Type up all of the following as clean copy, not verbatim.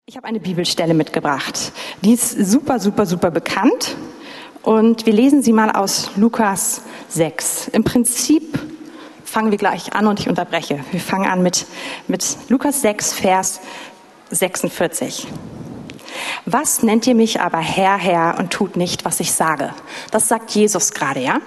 Ich habe eine Bibelstelle mitgebracht. Die ist super, super, super bekannt. Und wir lesen sie mal aus Lukas 6. Im Prinzip fangen wir gleich an und ich unterbreche. Wir fangen an mit Lukas 6, Vers 46. Was nennt ihr mich aber Herr, Herr und tut nicht, was ich sage? Das sagt Jesus gerade, ja?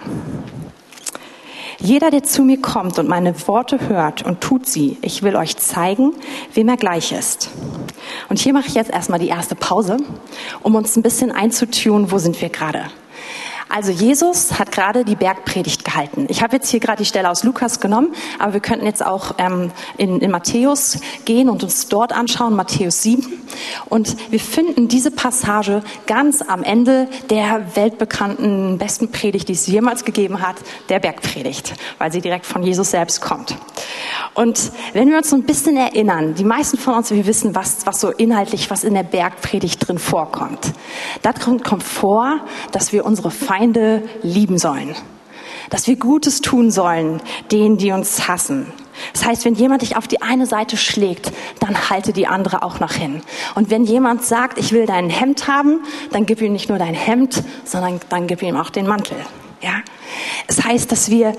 Jeder, der zu mir kommt und meine Worte hört und tut sie, ich will euch zeigen, wem er gleich ist. Und hier mache ich jetzt erstmal die erste Pause, um uns ein bisschen einzutunen, wo sind wir gerade. Also Jesus hat gerade die Bergpredigt gehalten. Ich habe jetzt hier gerade die Stelle aus Lukas genommen, aber wir könnten jetzt auch in Matthäus gehen und uns dort anschauen, Matthäus 7. Und wir finden diese Passage ganz am Ende der weltbekannten, besten Predigt, die es jemals gegeben hat, der Bergpredigt, weil sie direkt von Jesus selbst kommt. Und wenn wir uns so ein bisschen erinnern, die meisten von uns, wir wissen, was so inhaltlich, was in der Bergpredigt drin vorkommt. Da drin kommt vor, dass wir unsere Feinde lieben sollen. Dass wir Gutes tun sollen, denen, die uns hassen. Das heißt, wenn jemand dich auf die eine Seite schlägt, dann halte die andere auch noch hin. Und wenn jemand sagt, ich will dein Hemd haben, dann gib ihm nicht nur dein Hemd, sondern dann gib ihm auch den Mantel. Ja? Es heißt, dass wir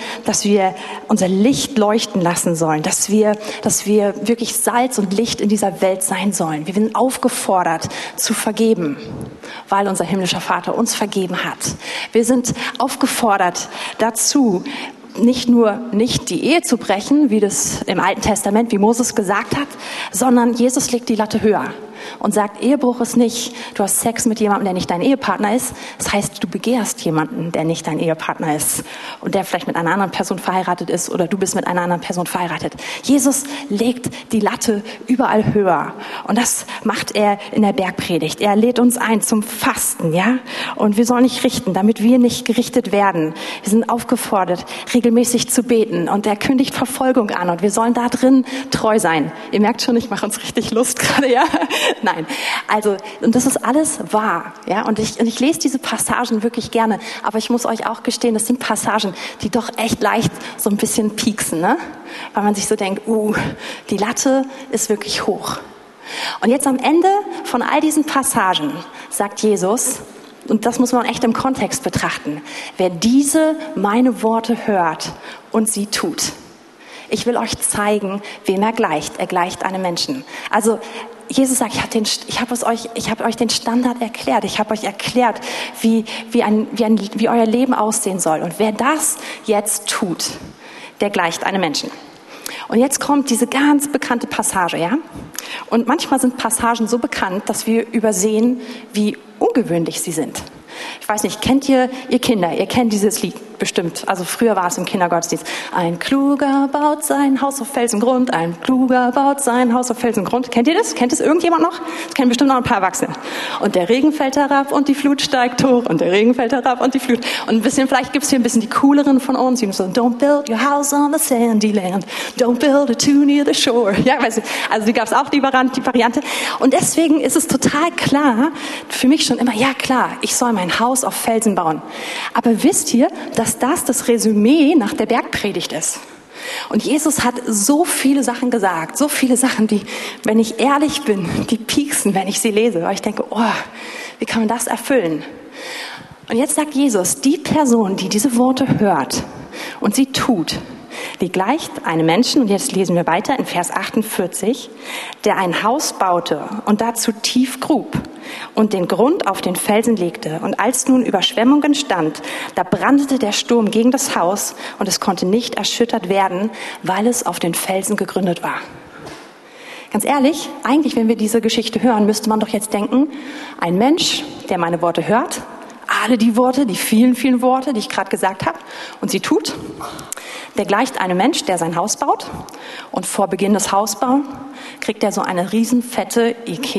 unser Licht leuchten lassen sollen, dass wir wirklich Salz und Licht in dieser Welt sein sollen. Wir sind aufgefordert zu vergeben, weil unser himmlischer Vater uns vergeben hat. Wir sind aufgefordert dazu, nicht nur nicht die Ehe zu brechen, wie das im Alten Testament, wie Moses gesagt hat, sondern Jesus legt die Latte höher und sagt, Ehebruch ist nicht, du hast Sex mit jemandem, der nicht dein Ehepartner ist. Das heißt, du begehrst jemanden, der nicht dein Ehepartner ist und der vielleicht mit einer anderen Person verheiratet ist oder du bist mit einer anderen Person verheiratet. Jesus legt die Latte überall höher und das macht er in der Bergpredigt. Er lädt uns ein zum Fasten, ja? Und wir sollen nicht richten, damit wir nicht gerichtet werden. Wir sind aufgefordert, regelmäßig zu beten und er kündigt Verfolgung an und wir sollen da drin treu sein. Ihr merkt schon, ich mache uns richtig Lust gerade, ja? Nein, also, und das ist alles wahr, ja, und ich lese diese Passagen wirklich gerne, aber ich muss euch auch gestehen, das sind Passagen, die doch echt leicht so ein bisschen pieksen, ne? Weil man sich so denkt, die Latte ist wirklich hoch. Und jetzt am Ende von all diesen Passagen sagt Jesus, und das muss man echt im Kontext betrachten, wer diese meine Worte hört und sie tut. Ich will euch zeigen, wem er gleicht. Er gleicht einem Menschen. Also Jesus sagt, ich habe euch den Standard erklärt. Ich habe euch erklärt, wie euer Leben aussehen soll. Und wer das jetzt tut, der gleicht einem Menschen. Und jetzt kommt diese ganz bekannte Passage, ja? Und manchmal sind Passagen so bekannt, dass wir übersehen, wie ungewöhnlich sie sind. Ich weiß nicht, kennt ihr Kinder? Ihr kennt dieses Lied bestimmt. Also früher war es im Kindergottesdienst. Ein Kluger baut sein Haus auf Felsengrund. Ein Kluger baut sein Haus auf Felsengrund. Kennt ihr das? Kennt es irgendjemand noch? Das kennen bestimmt noch ein paar Erwachsene. Und der Regen fällt herab und die Flut steigt hoch. Und der Regen fällt herab und die Flut. Und vielleicht gibt's hier ein bisschen die cooleren von uns. Die so, don't build your house on the sandy land. Don't build it too near the shore. Ja, weißt du, also die gab's auch, die Variante. Und deswegen ist es total klar, für mich schon immer, ja klar, ich soll mein Haus auf Felsen bauen. Aber wisst ihr, dass das Resümee nach der Bergpredigt ist? Und Jesus hat so viele Sachen gesagt, so viele Sachen, die, wenn ich ehrlich bin, die pieksen, wenn ich sie lese, weil ich denke, wie kann man das erfüllen? Und jetzt sagt Jesus, die Person, die diese Worte hört und sie tut, die gleicht einem Menschen, und jetzt lesen wir weiter in Vers 48, der ein Haus baute und dazu tief grub und den Grund auf den Felsen legte. Und als nun Überschwemmungen stand, da brandete der Sturm gegen das Haus und es konnte nicht erschüttert werden, weil es auf den Felsen gegründet war. Ganz ehrlich, eigentlich, wenn wir diese Geschichte hören, müsste man doch jetzt denken, ein Mensch, der meine Worte hört, alle die Worte, die vielen, vielen Worte, die ich gerade gesagt habe, und sie tut, der gleicht einem Mensch, der sein Haus baut. Und vor Beginn des Hausbaus kriegt er so eine riesenfette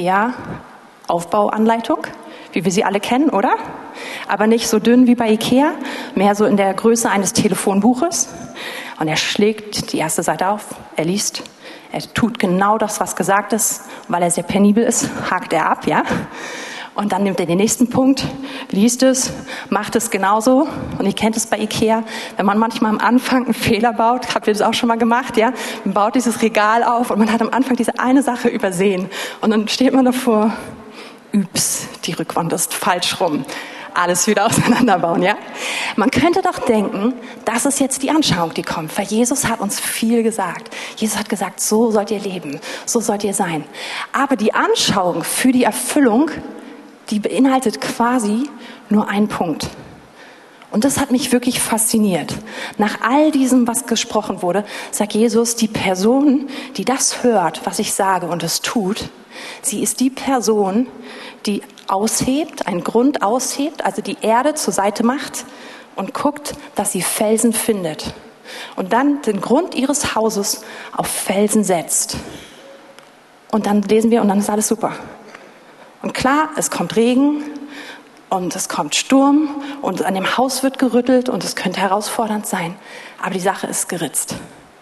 IKEA-Aufbauanleitung, wie wir sie alle kennen, oder? Aber nicht so dünn wie bei IKEA, mehr so in der Größe eines Telefonbuches. Und er schlägt die erste Seite auf, er liest, er tut genau das, was gesagt ist, weil er sehr penibel ist, hakt er ab, ja? Und dann nimmt er den nächsten Punkt, liest es, macht es genauso. Und ihr kennt es bei Ikea, wenn man manchmal am Anfang einen Fehler baut, habt ihr das auch schon mal gemacht, ja? Man baut dieses Regal auf und man hat am Anfang diese eine Sache übersehen. Und dann steht man davor, ups, die Rückwand ist falsch rum. Alles wieder auseinanderbauen, ja? Man könnte doch denken, das ist jetzt die Anschauung, die kommt, weil Jesus hat uns viel gesagt. Jesus hat gesagt, so sollt ihr leben, so sollt ihr sein. Aber die Anschauung für die Erfüllung, die beinhaltet quasi nur einen Punkt. Und das hat mich wirklich fasziniert. Nach all diesem, was gesprochen wurde, sagt Jesus, die Person, die das hört, was ich sage und es tut, sie ist die Person, die aushebt, einen Grund aushebt, also die Erde zur Seite macht und guckt, dass sie Felsen findet. Und dann den Grund ihres Hauses auf Felsen setzt. Und dann lesen wir und dann ist alles super. Und klar, es kommt Regen und es kommt Sturm und an dem Haus wird gerüttelt und es könnte herausfordernd sein. Aber die Sache ist geritzt.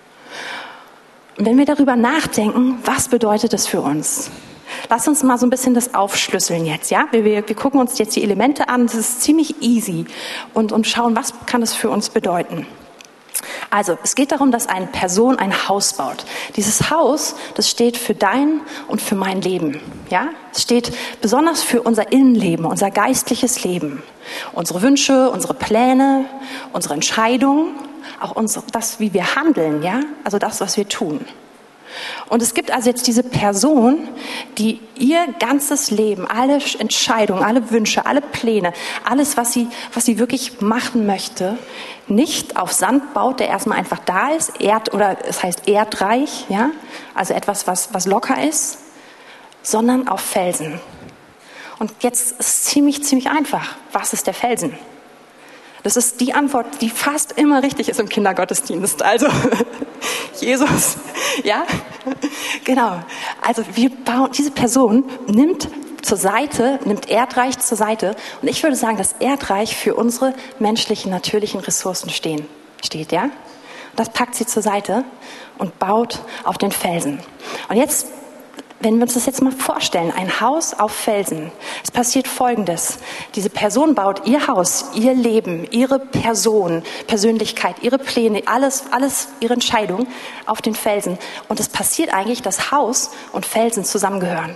Und wenn wir darüber nachdenken, was bedeutet das für uns? Lass uns mal so ein bisschen das aufschlüsseln jetzt, ja? Wir gucken uns jetzt die Elemente an, das ist ziemlich easy und schauen, was kann das für uns bedeuten. Also, es geht darum, dass eine Person ein Haus baut. Dieses Haus, das steht für dein und für mein Leben, ja? Es steht besonders für unser Innenleben, unser geistliches Leben. Unsere Wünsche, unsere Pläne, unsere Entscheidungen, auch das, wie wir handeln, ja? Also das, was wir tun. Und es gibt also jetzt diese Person, die ihr ganzes Leben, alle Entscheidungen, alle Wünsche, alle Pläne, alles, was sie wirklich machen möchte, nicht auf Sand baut, der erstmal einfach da ist, es heißt erdreich, ja, also etwas, was locker ist, sondern auf Felsen. Und jetzt ist es ziemlich einfach. Was ist der Felsen? Das ist die Antwort, die fast immer richtig ist im Kindergottesdienst. Also, Jesus, ja, genau. Also diese Person nimmt Erdreich zur Seite. Und ich würde sagen, dass Erdreich für unsere menschlichen, natürlichen Ressourcen steht, ja. Das packt sie zur Seite und baut auf den Felsen. Und jetzt, wenn wir uns das jetzt mal vorstellen, ein Haus auf Felsen. Es passiert Folgendes. Diese Person baut ihr Haus, ihr Leben, ihre Persönlichkeit, ihre Pläne, alles, ihre Entscheidungen auf den Felsen. Und es passiert eigentlich, dass Haus und Felsen zusammengehören.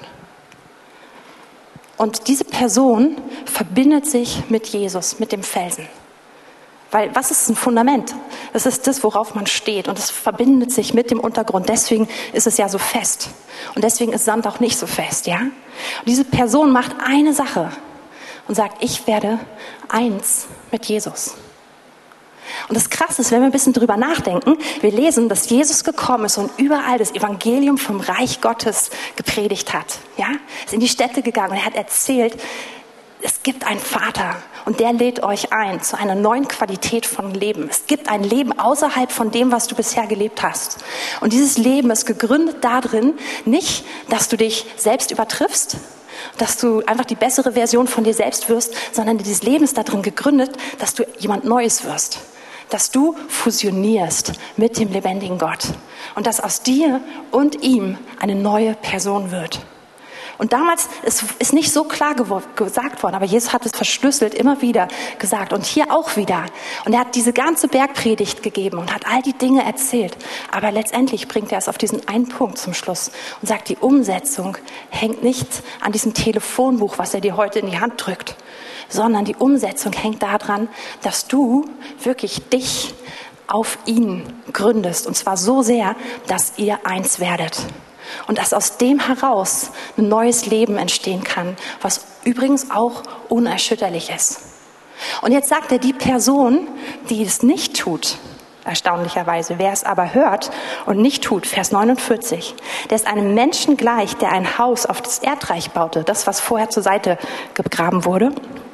Und diese Person verbindet sich mit Jesus, mit dem Felsen. Weil was ist ein Fundament? Das ist das, worauf man steht. Und es verbindet sich mit dem Untergrund. Deswegen ist es ja so fest. Und deswegen ist Sand auch nicht so fest, ja? Und diese Person macht eine Sache und sagt, ich werde eins mit Jesus. Und das Krasse ist, wenn wir ein bisschen drüber nachdenken, wir lesen, dass Jesus gekommen ist und überall das Evangelium vom Reich Gottes gepredigt hat. Ja? Ist in die Städte gegangen und er hat erzählt, es gibt einen Vater und der lädt euch ein zu einer neuen Qualität von Leben. Es gibt ein Leben außerhalb von dem, was du bisher gelebt hast. Und dieses Leben ist gegründet darin, nicht, dass du dich selbst übertriffst, dass du einfach die bessere Version von dir selbst wirst, sondern dieses Leben ist darin gegründet, dass du jemand Neues wirst. Dass du fusionierst mit dem lebendigen Gott. Und dass aus dir und ihm eine neue Person wird. Und damals ist nicht so klar gesagt worden, aber Jesus hat es verschlüsselt immer wieder gesagt und hier auch wieder. Und er hat diese ganze Bergpredigt gegeben und hat all die Dinge erzählt. Aber letztendlich bringt er es auf diesen einen Punkt zum Schluss und sagt, die Umsetzung hängt nicht an diesem Telefonbuch, was er dir heute in die Hand drückt, sondern die Umsetzung hängt daran, dass du wirklich dich auf ihn gründest. Und zwar so sehr, dass ihr eins werdet. Und dass aus dem heraus ein neues Leben entstehen kann, was übrigens auch unerschütterlich ist. Und jetzt sagt er, die Person, die es nicht tut, erstaunlicherweise, wer es aber hört und nicht tut, Vers 49, der ist einem Menschen gleich, der ein Haus auf das Erdreich baute, das, was vorher zur Seite gegraben wurde,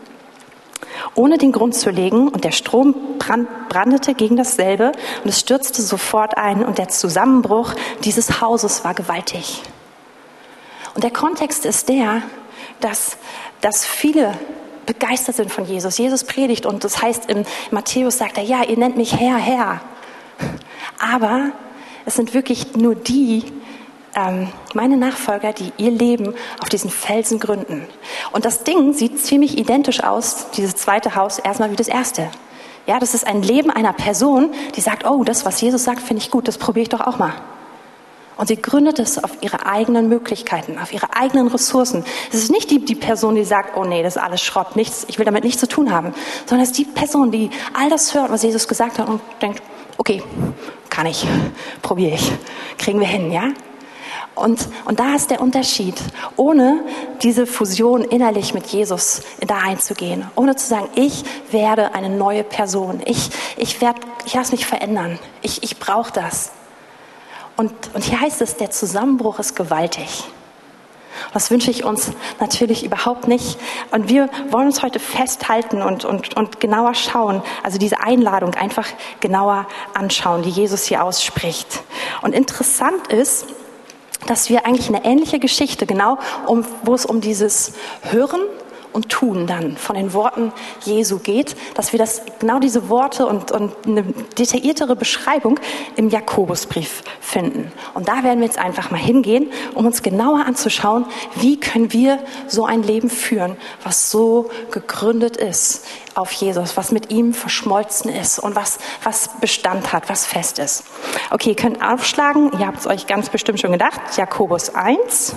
ohne den Grund zu legen, und der Strom brandete gegen dasselbe und es stürzte sofort ein und der Zusammenbruch dieses Hauses war gewaltig. Und der Kontext ist der, dass viele begeistert sind von Jesus. Jesus predigt und das heißt, in Matthäus sagt er, ja, ihr nennt mich Herr, Herr. Aber es sind wirklich nur die, meine Nachfolger, die ihr Leben auf diesen Felsen gründen. Und das Ding sieht ziemlich identisch aus, dieses zweite Haus, erstmal wie das erste. Ja, das ist ein Leben einer Person, die sagt, oh, das, was Jesus sagt, finde ich gut, das probiere ich doch auch mal. Und sie gründet es auf ihre eigenen Möglichkeiten, auf ihre eigenen Ressourcen. Es ist nicht die Person, die sagt, oh nee, das ist alles Schrott, nichts, ich will damit nichts zu tun haben. Sondern es ist die Person, die all das hört, was Jesus gesagt hat und denkt, okay, kann ich, probiere ich, kriegen wir hin, ja? Und da ist der Unterschied, ohne diese Fusion innerlich mit Jesus da einzugehen, ohne zu sagen, ich werde eine neue Person, ich lasse mich verändern, ich brauche das. Und hier heißt es, der Zusammenbruch ist gewaltig. Das wünsche ich uns natürlich überhaupt nicht. Und wir wollen uns heute festhalten und genauer schauen, also diese Einladung einfach genauer anschauen, die Jesus hier ausspricht. Und interessant ist, dass wir eigentlich eine ähnliche Geschichte, genau wo es um dieses Hören und Tun dann von den Worten Jesu geht, dass wir genau diese Worte und eine detailliertere Beschreibung im Jakobusbrief finden. Und da werden wir jetzt einfach mal hingehen, um uns genauer anzuschauen, wie können wir so ein Leben führen, was so gegründet ist auf Jesus, was mit ihm verschmolzen ist und was Bestand hat, was fest ist. Okay, ihr könnt aufschlagen, ihr habt es euch ganz bestimmt schon gedacht, Jakobus 1.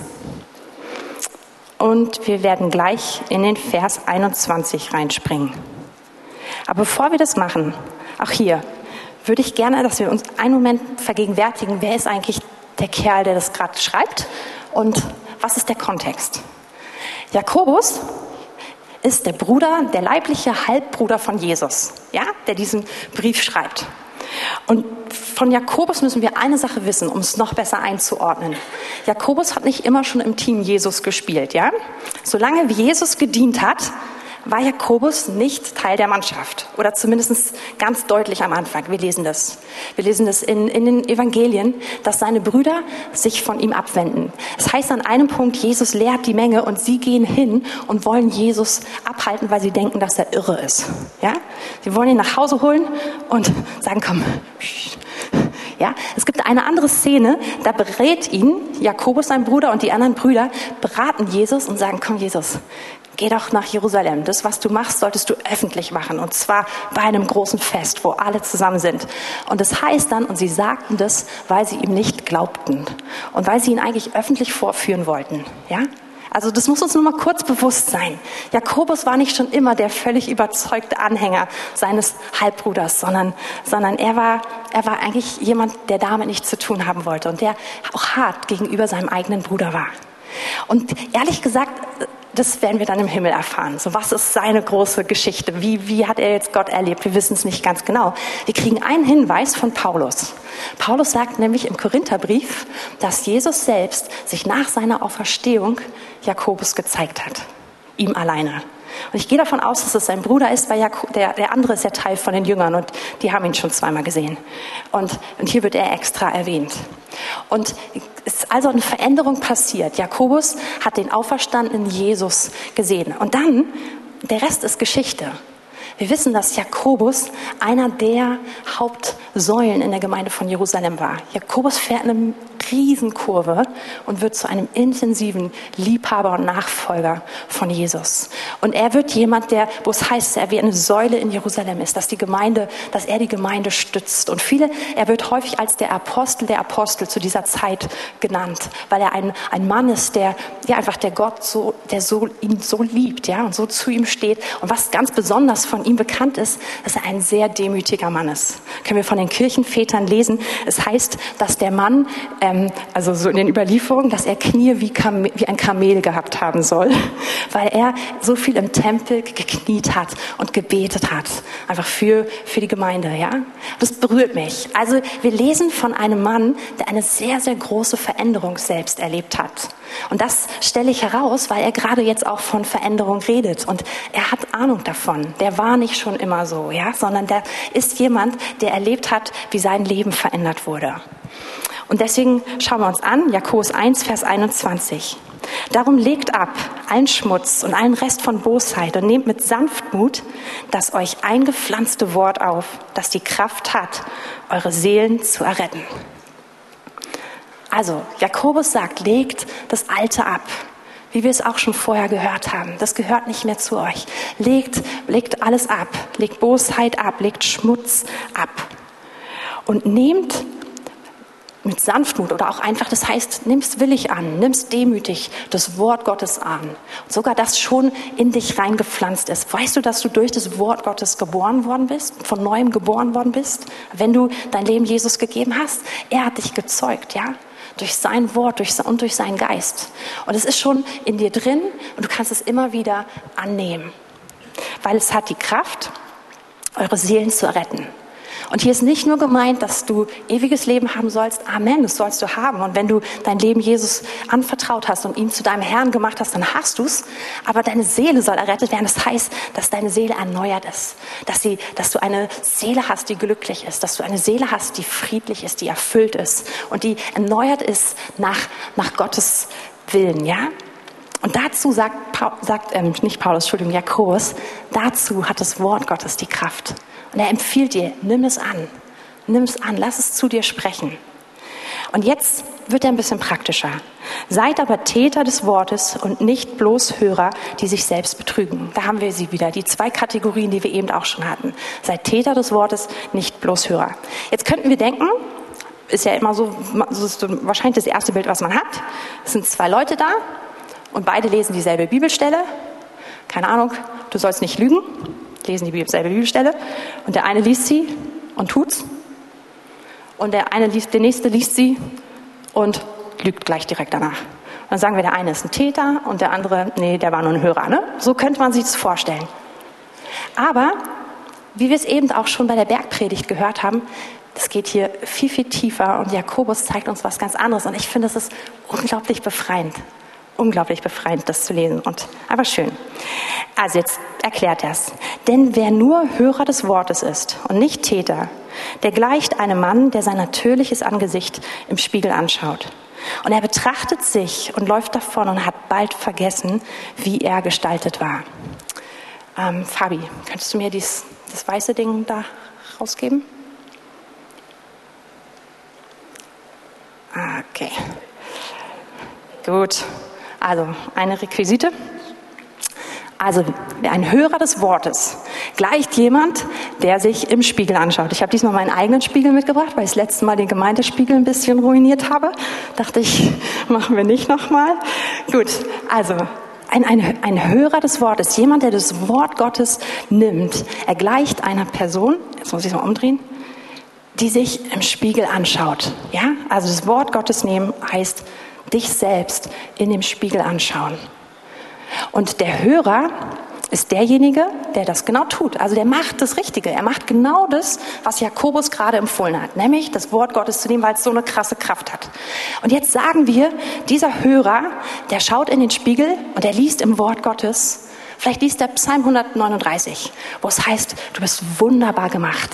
Und wir werden gleich in den Vers 21 reinspringen. Aber bevor wir das machen, auch hier, würde ich gerne, dass wir uns einen Moment vergegenwärtigen, wer ist eigentlich der Kerl, der das gerade schreibt und was ist der Kontext? Jakobus ist der Bruder, der leibliche Halbbruder von Jesus, ja, der diesen Brief schreibt. Und von Jakobus müssen wir eine Sache wissen, um es noch besser einzuordnen. Jakobus hat nicht immer schon im Team Jesus gespielt, ja? Solange wie Jesus gedient hat, war Jakobus nicht Teil der Mannschaft. Oder zumindest ganz deutlich am Anfang. Wir lesen das. Wir lesen das in den Evangelien, dass seine Brüder sich von ihm abwenden. Das heißt an einem Punkt, Jesus lehrt die Menge und sie gehen hin und wollen Jesus abhalten, weil sie denken, dass er irre ist. Ja? Sie wollen ihn nach Hause holen und sagen, komm. Ja? Es gibt eine andere Szene, da berät ihn Jakobus, sein Bruder, und die anderen Brüder beraten Jesus und sagen, komm Jesus, geh doch nach Jerusalem. Das, was du machst, solltest du öffentlich machen. Und zwar bei einem großen Fest, wo alle zusammen sind. Und das heißt dann, und sie sagten das, weil sie ihm nicht glaubten. Und weil sie ihn eigentlich öffentlich vorführen wollten. Ja? Also das muss uns nur mal kurz bewusst sein. Jakobus war nicht schon immer der völlig überzeugte Anhänger seines Halbbruders, sondern er war eigentlich jemand, der damit nichts zu tun haben wollte. Und der auch hart gegenüber seinem eigenen Bruder war. Und ehrlich gesagt, das werden wir dann im Himmel erfahren. So, was ist seine große Geschichte? Wie hat er jetzt Gott erlebt? Wir wissen es nicht ganz genau. Wir kriegen einen Hinweis von Paulus. Paulus sagt nämlich im Korintherbrief, dass Jesus selbst sich nach seiner Auferstehung Jakobus gezeigt hat. Ihm alleine. Und ich gehe davon aus, dass es sein Bruder ist, weil der andere ist ja Teil von den Jüngern und die haben ihn schon zweimal gesehen. Und hier wird er extra erwähnt. Und es ist also eine Veränderung passiert. Jakobus hat den auferstandenen Jesus gesehen. Und dann, der Rest ist Geschichte. Wir wissen, dass Jakobus einer der Hauptsäulen in der Gemeinde von Jerusalem war. Jakobus fährt eine Riesenkurve und wird zu einem intensiven Liebhaber und Nachfolger von Jesus. Und er wird jemand, wo es heißt, er wie eine Säule in Jerusalem ist, dass er die Gemeinde stützt. Und er wird häufig als der Apostel zu dieser Zeit genannt, weil er ein Mann ist, der Gott ihn so liebt, ja, und so zu ihm steht. Und was ganz besonders von ihm bekannt ist, dass er ein sehr demütiger Mann ist. Können wir von den Kirchenvätern lesen. Es heißt, dass der Mann, also so in den Überlieferungen, dass er Knie wie ein Kamel gehabt haben soll, weil er so viel im Tempel gekniet hat und gebetet hat. Einfach für die Gemeinde, ja. Das berührt mich. Also wir lesen von einem Mann, der eine sehr, sehr große Veränderung selbst erlebt hat. Und das stelle ich heraus, weil er gerade jetzt auch von Veränderung redet. Und er hat Ahnung davon. Der war nicht schon immer so, ja, sondern der ist jemand, der erlebt hat, wie sein Leben verändert wurde. Und deswegen schauen wir uns an, Jakobus 1, Vers 21. Darum legt ab allen Schmutz und allen Rest von Bosheit und nehmt mit Sanftmut das euch eingepflanzte Wort auf, das die Kraft hat, eure Seelen zu erretten. Also, Jakobus sagt, legt das Alte ab. Wie wir es auch schon vorher gehört haben. Das gehört nicht mehr zu euch. Legt alles ab. Legt Bosheit ab. Legt Schmutz ab. Und nehmt mit Sanftmut oder auch einfach, das heißt, nimm's willig an, nimm's demütig das Wort Gottes an. Und sogar das schon in dich reingepflanzt ist. Weißt du, dass du durch das Wort Gottes geboren worden bist, von Neuem geboren worden bist, wenn du dein Leben Jesus gegeben hast? Er hat dich gezeugt, ja? Durch sein Wort und durch seinen Geist. Und es ist schon in dir drin und du kannst es immer wieder annehmen. Weil es hat die Kraft, eure Seelen zu retten. Und hier ist nicht nur gemeint, dass du ewiges Leben haben sollst. Amen, das sollst du haben. Und wenn du dein Leben Jesus anvertraut hast und ihn zu deinem Herrn gemacht hast, dann hast du es. Aber deine Seele soll errettet werden. Das heißt, dass deine Seele erneuert ist. Dass du eine Seele hast, die glücklich ist. Dass du eine Seele hast, die friedlich ist, die erfüllt ist. Und die erneuert ist nach Gottes Willen, ja? Und dazu Jakobus, dazu hat das Wort Gottes die Kraft. Und er empfiehlt dir, nimm es an, lass es zu dir sprechen. Und jetzt wird er ein bisschen praktischer. Seid aber Täter des Wortes und nicht bloß Hörer, die sich selbst betrügen. Da haben wir sie wieder, die 2 Kategorien, die wir eben auch schon hatten. Seid Täter des Wortes, nicht bloß Hörer. Jetzt könnten wir denken, ist ja immer so, das ist wahrscheinlich das erste Bild, was man hat. Es sind 2 Leute da und beide lesen dieselbe Bibelstelle. Keine Ahnung, du sollst nicht lügen. Lesen dieselbe Bibelstelle und der eine liest sie und tut's und der nächste liest sie und lügt gleich direkt danach. Und dann sagen wir, der eine ist ein Täter und der andere, nee, der war nur ein Hörer. Ne? So könnte man sich das vorstellen. Aber, wie wir es eben auch schon bei der Bergpredigt gehört haben, das geht hier viel, viel tiefer und Jakobus zeigt uns was ganz anderes und ich finde, es ist unglaublich befreiend. Unglaublich befreiend, das zu lesen und aber schön. Also jetzt erklärt er es. Denn wer nur Hörer des Wortes ist und nicht Täter, der gleicht einem Mann, der sein natürliches Angesicht im Spiegel anschaut. Und er betrachtet sich und läuft davon und hat bald vergessen, wie er gestaltet war. Fabi, könntest du mir das weiße Ding da rausgeben? Okay. Gut. Also eine Requisite. Also ein Hörer des Wortes gleicht jemand, der sich im Spiegel anschaut. Ich habe diesmal meinen eigenen Spiegel mitgebracht, weil ich das letzte Mal den Gemeindespiegel ein bisschen ruiniert habe. Dachte ich, machen wir nicht nochmal. Gut, also ein Hörer des Wortes, jemand, der das Wort Gottes nimmt. Er gleicht einer Person, jetzt muss ich es mal umdrehen, die sich im Spiegel anschaut. Ja, also das Wort Gottes nehmen heißt dich selbst in dem Spiegel anschauen. Und der Hörer ist derjenige, der das genau tut. Also der macht das Richtige. Er macht genau das, was Jakobus gerade empfohlen hat. Nämlich das Wort Gottes zu nehmen, weil es so eine krasse Kraft hat. Und jetzt sagen wir, dieser Hörer, der schaut in den Spiegel und der liest im Wort Gottes. Vielleicht liest er Psalm 139, wo es heißt, du bist wunderbar gemacht.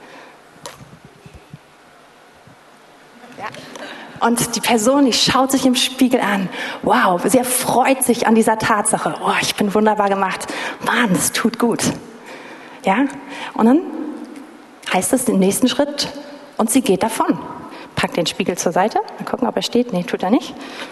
Ja. Und die Person, die schaut sich im Spiegel an. Wow, sie erfreut sich an dieser Tatsache. Oh, ich bin wunderbar gemacht. Mann, das tut gut. Ja? Und dann heißt es im nächsten Schritt, und sie geht davon. Packt den Spiegel zur Seite. Mal gucken, ob er steht. Nee, tut er nicht.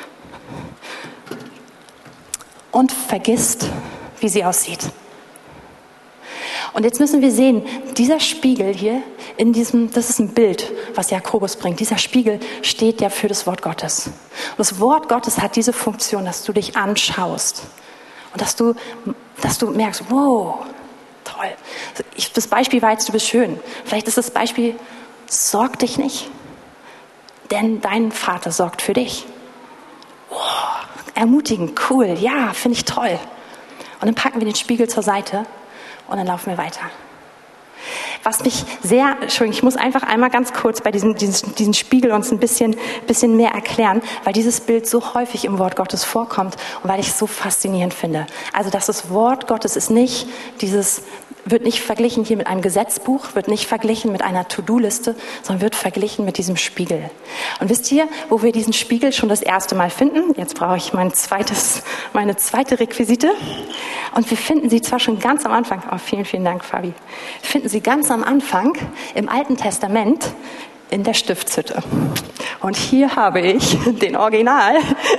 Und vergisst, wie sie aussieht. Und jetzt müssen wir sehen, dieser Spiegel hier, das ist ein Bild, was Jakobus bringt. Dieser Spiegel steht ja für das Wort Gottes. Und das Wort Gottes hat diese Funktion, dass du dich anschaust. Und dass du merkst, wow, toll. Das Beispiel war jetzt, du bist schön. Vielleicht ist das Beispiel, sorg dich nicht. Denn dein Vater sorgt für dich. Wow, ermutigend, cool, ja, finde ich toll. Und dann packen wir den Spiegel zur Seite. Und dann laufen wir weiter. Was mich Entschuldigung, ich muss einfach einmal ganz kurz bei diesen Spiegel uns ein bisschen mehr erklären, weil dieses Bild so häufig im Wort Gottes vorkommt und weil ich es so faszinierend finde. Also, dass das Wort Gottes ist nicht wird nicht verglichen hier mit einem Gesetzbuch, wird nicht verglichen mit einer To-Do-Liste, sondern wird verglichen mit diesem Spiegel. Und wisst ihr, wo wir diesen Spiegel schon das erste Mal finden? Jetzt brauche ich meine zweite Requisite. Und wir finden sie zwar schon ganz am Anfang, oh, vielen, vielen Dank, Fabi. Wir finden sie ganz am Anfang im Alten Testament, in der Stiftshütte. Und hier habe ich den Original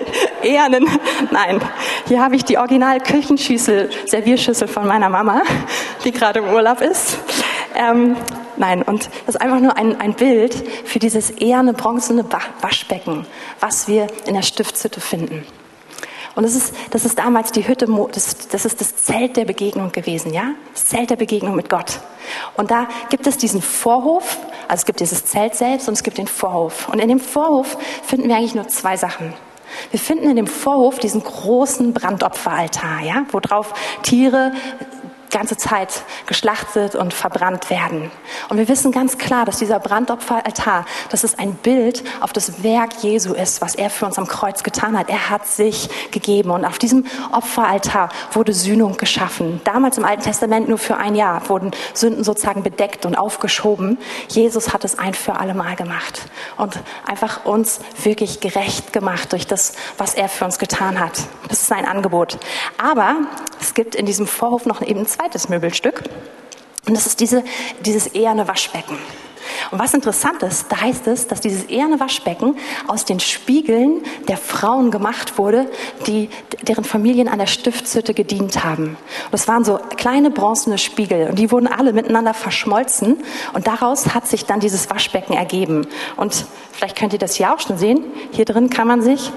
hier habe ich die Original Küchenschüssel, Servierschüssel von meiner Mama, die gerade im Urlaub ist. Und das ist einfach nur ein Bild für dieses eherne, bronzene Waschbecken, was wir in der Stiftshütte finden. Und das ist damals die Hütte, das ist das Zelt der Begegnung gewesen, ja? Das Zelt der Begegnung mit Gott. Und da gibt es diesen Vorhof, also es gibt dieses Zelt selbst und es gibt den Vorhof. Und in dem Vorhof finden wir eigentlich nur zwei Sachen. Wir finden in dem Vorhof diesen großen Brandopferaltar, ja? Wo drauf Tiere ganze Zeit geschlachtet und verbrannt werden. Und wir wissen ganz klar, dass dieser Brandopferaltar, dass es ein Bild auf das Werk Jesu ist, was er für uns am Kreuz getan hat. Er hat sich gegeben und auf diesem Opferaltar wurde Sühnung geschaffen. Damals im Alten Testament nur für ein Jahr wurden Sünden sozusagen bedeckt und aufgeschoben. Jesus hat es ein für alle Mal gemacht und einfach uns wirklich gerecht gemacht durch das, was er für uns getan hat. Das ist sein Angebot. Aber es gibt in diesem Vorhof noch eben ein zweites Möbelstück. Und das ist dieses eherne Waschbecken. Und was interessant ist, da heißt es, dass dieses eherne Waschbecken aus den Spiegeln der Frauen gemacht wurde, deren Familien an der Stiftshütte gedient haben. Und das waren so kleine bronzene Spiegel und die wurden alle miteinander verschmolzen und daraus hat sich dann dieses Waschbecken ergeben. Und vielleicht könnt ihr das hier auch schon sehen. Hier drin kann man sich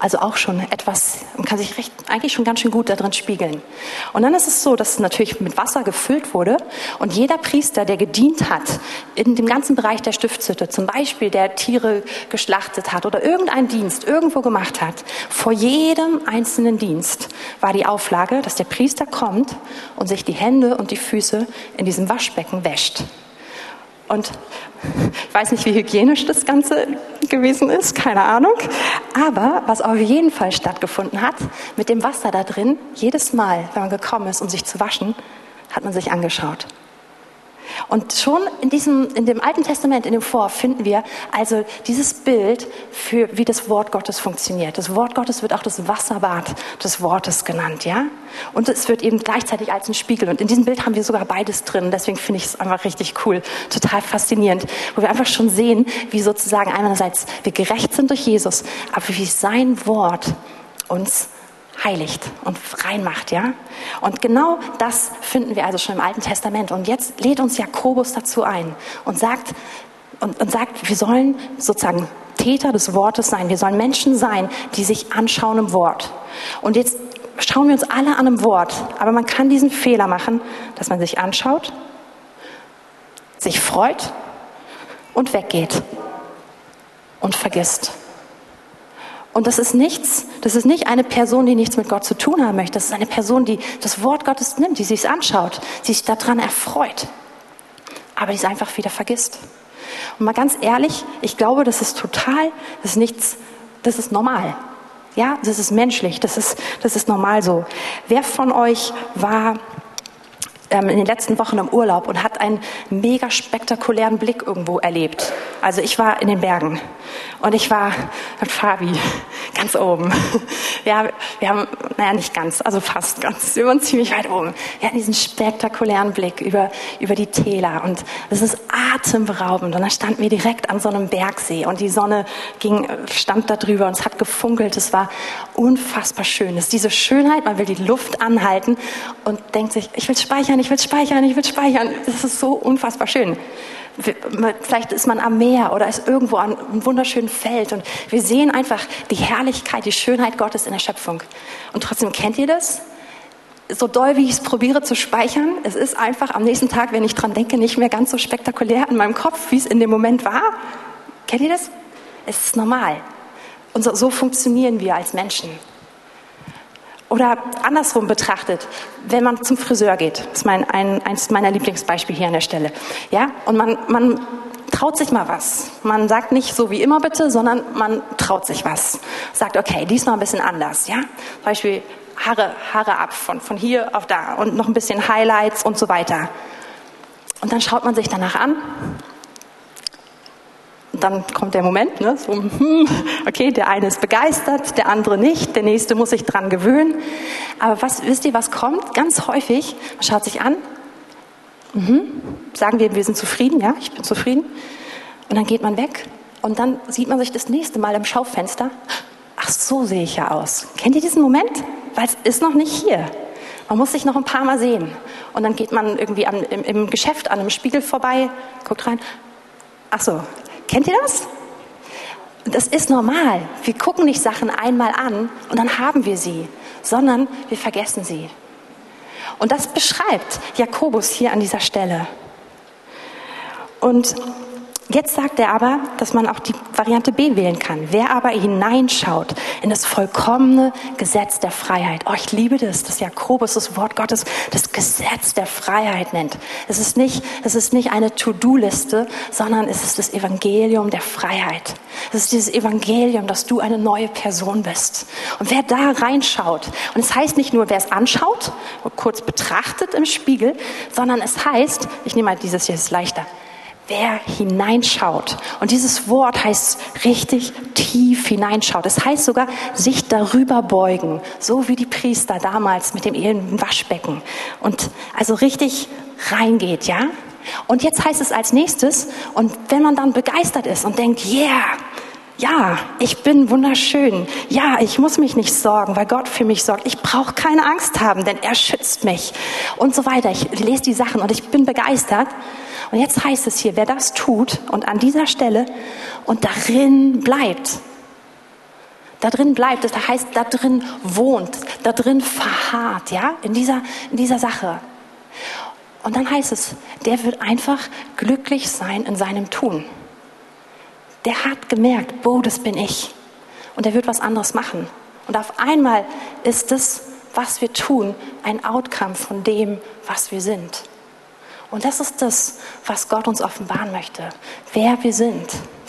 eigentlich schon ganz schön gut da drin spiegeln. Und dann ist es so, dass es natürlich mit Wasser gefüllt wurde und jeder Priester, der gedient hat in dem ganzen Bereich der Stiftshütte, zum Beispiel der Tiere geschlachtet hat oder irgendeinen Dienst irgendwo gemacht hat, vor jedem einzelnen Dienst war die Auflage, dass der Priester kommt und sich die Hände und die Füße in diesem Waschbecken wäscht. Und ich weiß nicht, wie hygienisch das Ganze gewesen ist, keine Ahnung. Aber was auf jeden Fall stattgefunden hat, mit dem Wasser da drin, jedes Mal, wenn man gekommen ist, um sich zu waschen, hat man sich angeschaut. Und schon in dem Alten Testament, in dem Vorhof, finden wir also dieses Bild für, wie das Wort Gottes funktioniert. Das Wort Gottes wird auch das Wasserbad des Wortes genannt, ja? Und es wird eben gleichzeitig als ein Spiegel. Und in diesem Bild haben wir sogar beides drin. Deswegen finde ich es einfach richtig cool, total faszinierend, wo wir einfach schon sehen, wie sozusagen einerseits wir gerecht sind durch Jesus, aber wie sein Wort uns heiligt und rein macht, ja? Und genau das finden wir also schon im Alten Testament. Und jetzt lädt uns Jakobus dazu ein und sagt, wir sollen sozusagen Täter des Wortes sein. Wir sollen Menschen sein, die sich anschauen im Wort. Und jetzt schauen wir uns alle an im Wort. Aber man kann diesen Fehler machen, dass man sich anschaut, sich freut und weggeht und vergisst. Und das ist nicht eine Person, die nichts mit Gott zu tun haben möchte. Das ist eine Person, die das Wort Gottes nimmt, die sich anschaut, die sich daran erfreut, aber die es einfach wieder vergisst. Und mal ganz ehrlich, ich glaube, das ist normal. Ja, das ist menschlich, das ist normal so. Wer von euch war in den letzten Wochen im Urlaub und hat einen mega spektakulären Blick irgendwo erlebt? Also ich war in den Bergen und ich war mit Fabi ganz oben. Ja, wir haben, nicht ganz, also fast ganz, wir waren ziemlich weit oben. Wir hatten diesen spektakulären Blick über die Täler und es ist atemberaubend. Und dann standen wir direkt an so einem Bergsee und die Sonne stand da drüber und es hat gefunkelt. Es war unfassbar schön. Es ist diese Schönheit, man will die Luft anhalten und denkt sich, ich will speichern. Das ist so unfassbar schön. Vielleicht ist man am Meer oder ist irgendwo an einem wunderschönen Feld und wir sehen einfach die Herrlichkeit, die Schönheit Gottes in der Schöpfung. Und trotzdem, kennt ihr das? So doll, wie ich es probiere zu speichern, es ist einfach am nächsten Tag, wenn ich dran denke, nicht mehr ganz so spektakulär in meinem Kopf, wie es in dem Moment war. Kennt ihr das? Es ist normal. Und so funktionieren wir als Menschen. Oder andersrum betrachtet, wenn man zum Friseur geht, das ist eins meiner Lieblingsbeispiele hier an der Stelle. Ja? Und man traut sich mal was. Man sagt nicht so wie immer bitte, sondern man traut sich was. Sagt, okay, diesmal ein bisschen anders. Ja? Zum Beispiel Haare ab, von hier auf da und noch ein bisschen Highlights und so weiter. Und dann schaut man sich danach an. Und dann kommt der Moment, ne, so, okay, der eine ist begeistert, der andere nicht, der nächste muss sich dran gewöhnen. Aber wisst ihr, was kommt? Ganz häufig, man schaut sich an, sagen wir sind zufrieden, ja, ich bin zufrieden. Und dann geht man weg und dann sieht man sich das nächste Mal im Schaufenster. Ach, so sehe ich ja aus. Kennt ihr diesen Moment? Weil es ist noch nicht hier. Man muss sich noch ein paar Mal sehen. Und dann geht man irgendwie im Geschäft an einem Spiegel vorbei, guckt rein. Ach so, kennt ihr das? Das ist normal. Wir gucken nicht Sachen einmal an und dann haben wir sie, sondern wir vergessen sie. Und das beschreibt Jakobus hier an dieser Stelle. Und jetzt sagt er aber, dass man auch die Variante B wählen kann. Wer aber hineinschaut in das vollkommene Gesetz der Freiheit. Oh, ich liebe das, dass Jakobus das Wort Gottes das Gesetz der Freiheit nennt. Es ist nicht eine To-Do-Liste, sondern es ist das Evangelium der Freiheit. Es ist dieses Evangelium, dass du eine neue Person bist. Und wer da reinschaut, und es heißt nicht nur, wer es anschaut, kurz betrachtet im Spiegel, sondern es heißt, ich nehme mal dieses hier, ist leichter, wer hineinschaut. Und dieses Wort heißt richtig tief hineinschaut. Es heißt sogar sich darüber beugen, so wie die Priester damals mit dem elenden Waschbecken. Und also richtig reingeht, ja? Und jetzt heißt es als nächstes, und wenn man dann begeistert ist und denkt, ja, ich bin wunderschön. Ja, ich muss mich nicht sorgen, weil Gott für mich sorgt. Ich brauche keine Angst haben, denn er schützt mich. Und so weiter. Ich lese die Sachen und ich bin begeistert. Und jetzt heißt es hier, wer das tut und an dieser Stelle und darin bleibt. Da drin bleibt, das heißt, da drin wohnt, da drin verharrt, ja, in dieser Sache. Und dann heißt es, der wird einfach glücklich sein in seinem Tun. Der hat gemerkt, boah, das bin ich. Und der wird was anderes machen. Und auf einmal ist das, was wir tun, ein Outcome von dem, was wir sind. Und das ist das, was Gott uns offenbaren möchte. Wer wir sind.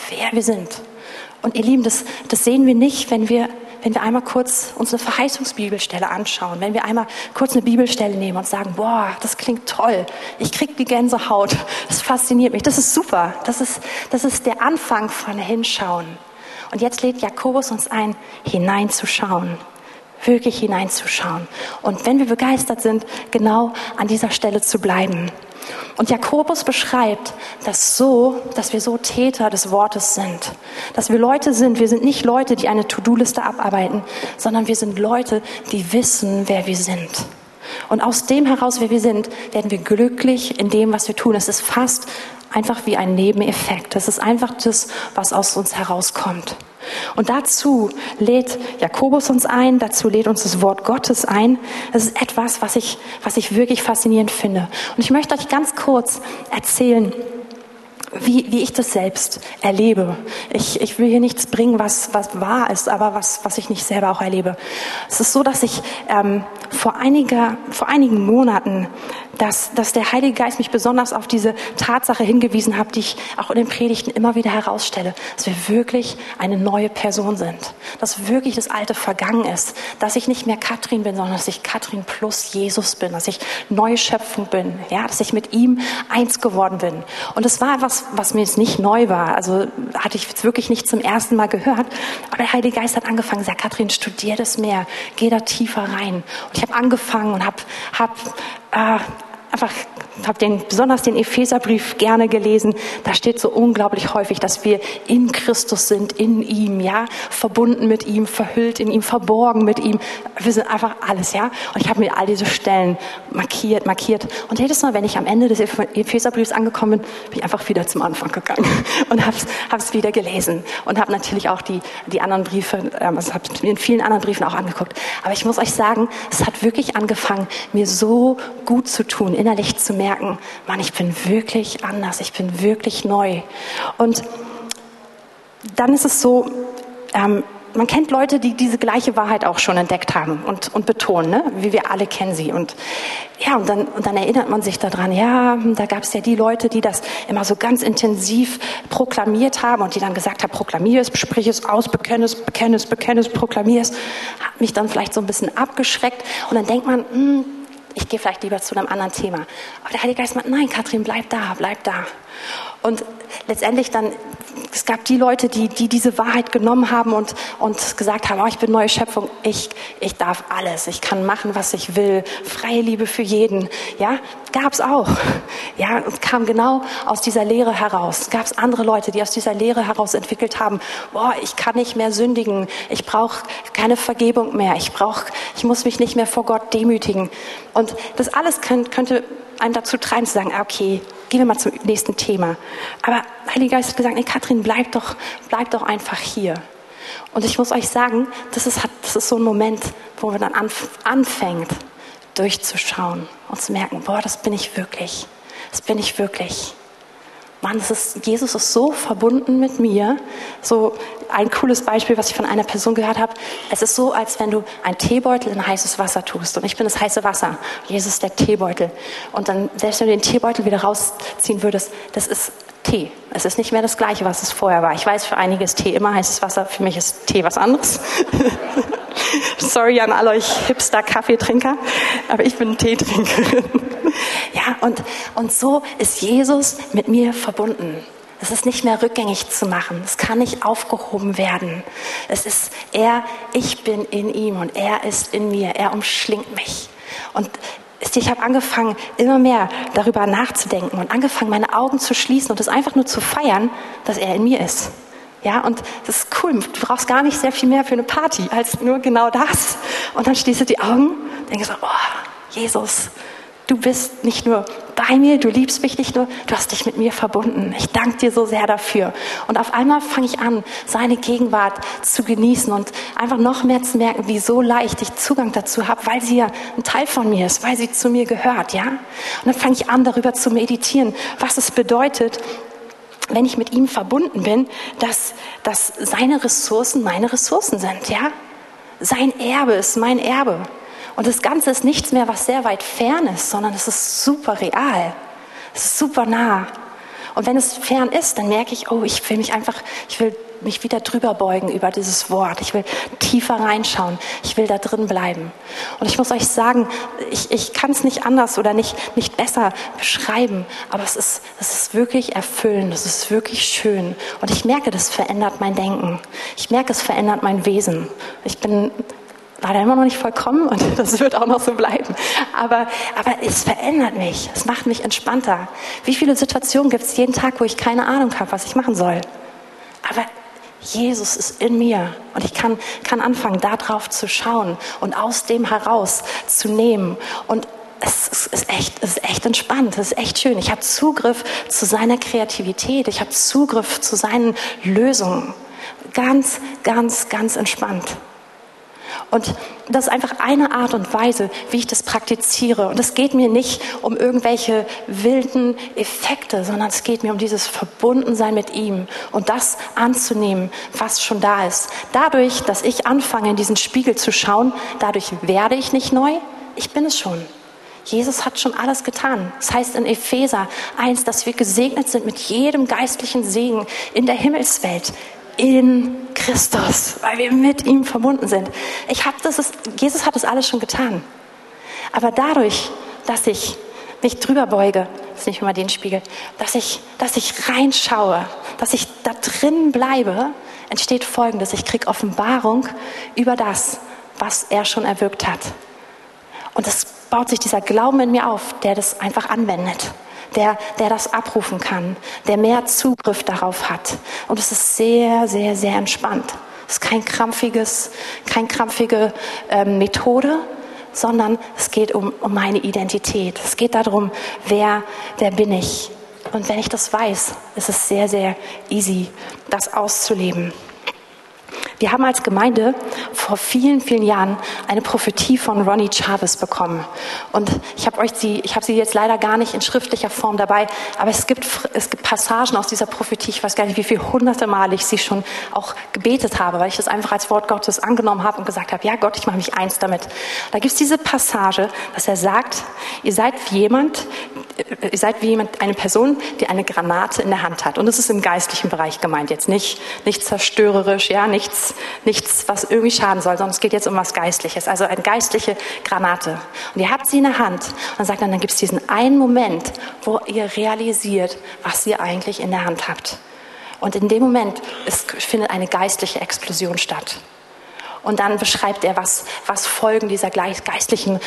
Und ihr Lieben, das sehen wir nicht, wenn wir einmal kurz uns eine Verheißungsbibelstelle anschauen, wenn wir einmal kurz eine Bibelstelle nehmen und sagen, boah, das klingt toll, ich krieg die Gänsehaut, das fasziniert mich, das ist super, das ist der Anfang von Hinschauen. Und jetzt lädt Jakobus uns ein, hineinzuschauen, wirklich hineinzuschauen. Und wenn wir begeistert sind, genau an dieser Stelle zu bleiben. Und Jakobus beschreibt das so, dass wir so Täter des Wortes sind. Dass wir Leute sind, wir sind nicht Leute, die eine To-Do-Liste abarbeiten, sondern wir sind Leute, die wissen, wer wir sind. Und aus dem heraus, wer wir sind, werden wir glücklich in dem, was wir tun. Es ist fast einfach wie ein Nebeneffekt. Es ist einfach das, was aus uns herauskommt. Und dazu lädt Jakobus uns ein, dazu lädt uns das Wort Gottes ein. Das ist etwas, was ich wirklich faszinierend finde. Und ich möchte euch ganz kurz erzählen, wie ich das selbst erlebe. Ich will hier nichts bringen, was wahr ist, aber was ich nicht selber auch erlebe. Es ist so, dass ich vor einigen Monaten, dass der Heilige Geist mich besonders auf diese Tatsache hingewiesen hat, die ich auch in den Predigten immer wieder herausstelle, dass wir wirklich eine neue Person sind. Dass wirklich das Alte vergangen ist. Dass ich nicht mehr Katrin bin, sondern dass ich Katrin plus Jesus bin. Dass ich neue Schöpfung bin. Ja, dass ich mit ihm eins geworden bin. Und es war etwas, was mir jetzt nicht neu war. Also hatte ich jetzt wirklich nicht zum ersten Mal gehört. Aber der Heilige Geist hat angefangen, sagt, Katrin, studier das mehr. Geh da tiefer rein. Und ich habe angefangen und habe besonders den Epheserbrief gerne gelesen. Da steht so unglaublich häufig, dass wir in Christus sind, in ihm, ja, verbunden mit ihm, verhüllt in ihm, verborgen mit ihm. Wir sind einfach alles, ja. Und ich habe mir all diese Stellen markiert. Und jedes Mal, wenn ich am Ende des Epheserbriefs angekommen bin, bin ich einfach wieder zum Anfang gegangen und hab's wieder gelesen und habe natürlich auch die anderen Briefe, also habe mir in vielen anderen Briefen auch angeguckt. Aber ich muss euch sagen, es hat wirklich angefangen, mir so gut zu tun, innerlich zu merken, Mann, ich bin wirklich anders, ich bin wirklich neu. Und dann ist es so, man kennt Leute, die diese gleiche Wahrheit auch schon entdeckt haben und betonen, ne? Wie wir alle kennen sie. Und ja, und dann erinnert man sich daran, ja, da gab es ja die Leute, die das immer so ganz intensiv proklamiert haben und die dann gesagt haben, proklamier es, sprich es aus, bekenn es, proklamier es. Hat mich dann vielleicht so ein bisschen abgeschreckt. Und dann denkt man, ich gehe vielleicht lieber zu einem anderen Thema. Aber der Heilige Geist meint, nein, Katrin, bleib da. Und letztendlich dann, es gab die Leute, die diese Wahrheit genommen haben und gesagt haben, ich bin neue Schöpfung, ich darf alles, ich kann machen, was ich will, freie Liebe für jeden. Ja, gab's auch. Ja, und kam genau aus dieser Lehre heraus. Gab's andere Leute, die aus dieser Lehre heraus entwickelt haben, ich kann nicht mehr sündigen, ich brauche keine Vergebung mehr, ich muss mich nicht mehr vor Gott demütigen. Und das alles könnte einen dazu treiben zu sagen, okay, gehen wir mal zum nächsten Thema. Aber Heiliger Geist hat gesagt, nee, Katrin, bleib doch einfach hier. Und ich muss euch sagen, das ist so ein Moment, wo man dann anfängt, durchzuschauen und zu merken, das bin ich wirklich. Das bin ich wirklich. Mann, Jesus ist so verbunden mit mir. So ein cooles Beispiel, was ich von einer Person gehört habe. Es ist so, als wenn du einen Teebeutel in heißes Wasser tust. Und ich bin das heiße Wasser. Jesus ist der Teebeutel. Und dann, selbst wenn du den Teebeutel wieder rausziehen würdest, das ist Tee. Es ist nicht mehr das Gleiche, was es vorher war. Ich weiß, für einige ist Tee immer heißes Wasser. Für mich ist Tee was anderes. Sorry an alle euch Hipster-Kaffeetrinker, aber ich bin Teetrinkerin. Ja, und so ist Jesus mit mir verbunden. Es ist nicht mehr rückgängig zu machen. Es kann nicht aufgehoben werden. Es ist ich bin in ihm und er ist in mir. Er umschlingt mich. Und ich habe angefangen, immer mehr darüber nachzudenken und angefangen, meine Augen zu schließen und es einfach nur zu feiern, dass er in mir ist. Ja, und das ist cool. Du brauchst gar nicht sehr viel mehr für eine Party als nur genau das. Und dann schließt du die Augen und denkst so, Jesus, du bist nicht nur bei mir, du liebst mich nicht nur, du hast dich mit mir verbunden. Ich danke dir so sehr dafür. Und auf einmal fange ich an, seine Gegenwart zu genießen und einfach noch mehr zu merken, wie so leicht ich Zugang dazu habe, weil sie ja ein Teil von mir ist, weil sie zu mir gehört, ja. Und dann fange ich an, darüber zu meditieren, was es bedeutet, wenn ich mit ihm verbunden bin, dass seine Ressourcen meine Ressourcen sind, ja. Sein Erbe ist mein Erbe. Und das Ganze ist nichts mehr, was sehr weit fern ist, sondern es ist super real. Es ist super nah. Und wenn es fern ist, dann merke ich, ich will mich wieder drüber beugen über dieses Wort. Ich will tiefer reinschauen. Ich will da drin bleiben. Und ich muss euch sagen, ich kann es nicht anders oder nicht besser beschreiben, aber es ist wirklich erfüllend. Es ist wirklich schön. Und ich merke, das verändert mein Denken. Ich merke, es verändert mein Wesen. Ich bin leider immer noch nicht vollkommen und das wird auch noch so bleiben. Aber es verändert mich. Es macht mich entspannter. Wie viele Situationen gibt es jeden Tag, wo ich keine Ahnung habe, was ich machen soll? Aber Jesus ist in mir und ich kann anfangen, da drauf zu schauen und aus dem heraus zu nehmen. Und es ist echt entspannt, es ist echt schön. Ich habe Zugriff zu seiner Kreativität, ich habe Zugriff zu seinen Lösungen. Ganz, ganz, ganz entspannt. Und das ist einfach eine Art und Weise, wie ich das praktiziere. Und es geht mir nicht um irgendwelche wilden Effekte, sondern es geht mir um dieses Verbundensein mit ihm und das anzunehmen, was schon da ist. Dadurch, dass ich anfange, in diesen Spiegel zu schauen, dadurch werde ich nicht neu, ich bin es schon. Jesus hat schon alles getan. Das heißt in Epheser 1, dass wir gesegnet sind mit jedem geistlichen Segen in der Himmelswelt. In Christus, weil wir mit ihm verbunden sind. Jesus hat das alles schon getan. Aber dadurch, dass ich mich drüber beuge, das ist nicht immer den Spiegel, dass ich reinschaue, dass ich da drin bleibe, entsteht Folgendes. Ich kriege Offenbarung über das, was er schon erwirkt hat. Und es baut sich dieser Glauben in mir auf, der das einfach anwendet. Der das abrufen kann, der mehr Zugriff darauf hat. Und es ist sehr, sehr, sehr entspannt. Es ist keine krampfige Methode, sondern es geht um meine Identität. Es geht darum, wer bin ich. Und wenn ich das weiß, ist es sehr, sehr easy, das auszuleben. Wir haben als Gemeinde vor vielen, vielen Jahren eine Prophetie von Ronnie Chavez bekommen. Und ich habe sie jetzt leider gar nicht in schriftlicher Form dabei, aber es gibt Passagen aus dieser Prophetie, ich weiß gar nicht, wie viele hunderte Mal ich sie schon auch gebetet habe, weil ich das einfach als Wort Gottes angenommen habe und gesagt habe, ja Gott, ich mache mich eins damit. Da gibt es diese Passage, dass er sagt, ihr seid wie jemand, ihr seid wie eine Person, die eine Granate in der Hand hat. Und das ist im geistlichen Bereich gemeint. Jetzt nicht zerstörerisch, ja, nichts, was irgendwie schaden soll, sondern es geht jetzt um was Geistliches. Also eine geistliche Granate. Und ihr habt sie in der Hand. Und dann gibt es diesen einen Moment, wo ihr realisiert, was ihr eigentlich in der Hand habt. Und in dem Moment findet eine geistliche Explosion statt. Und dann beschreibt er, was Folgen dieser geistlichen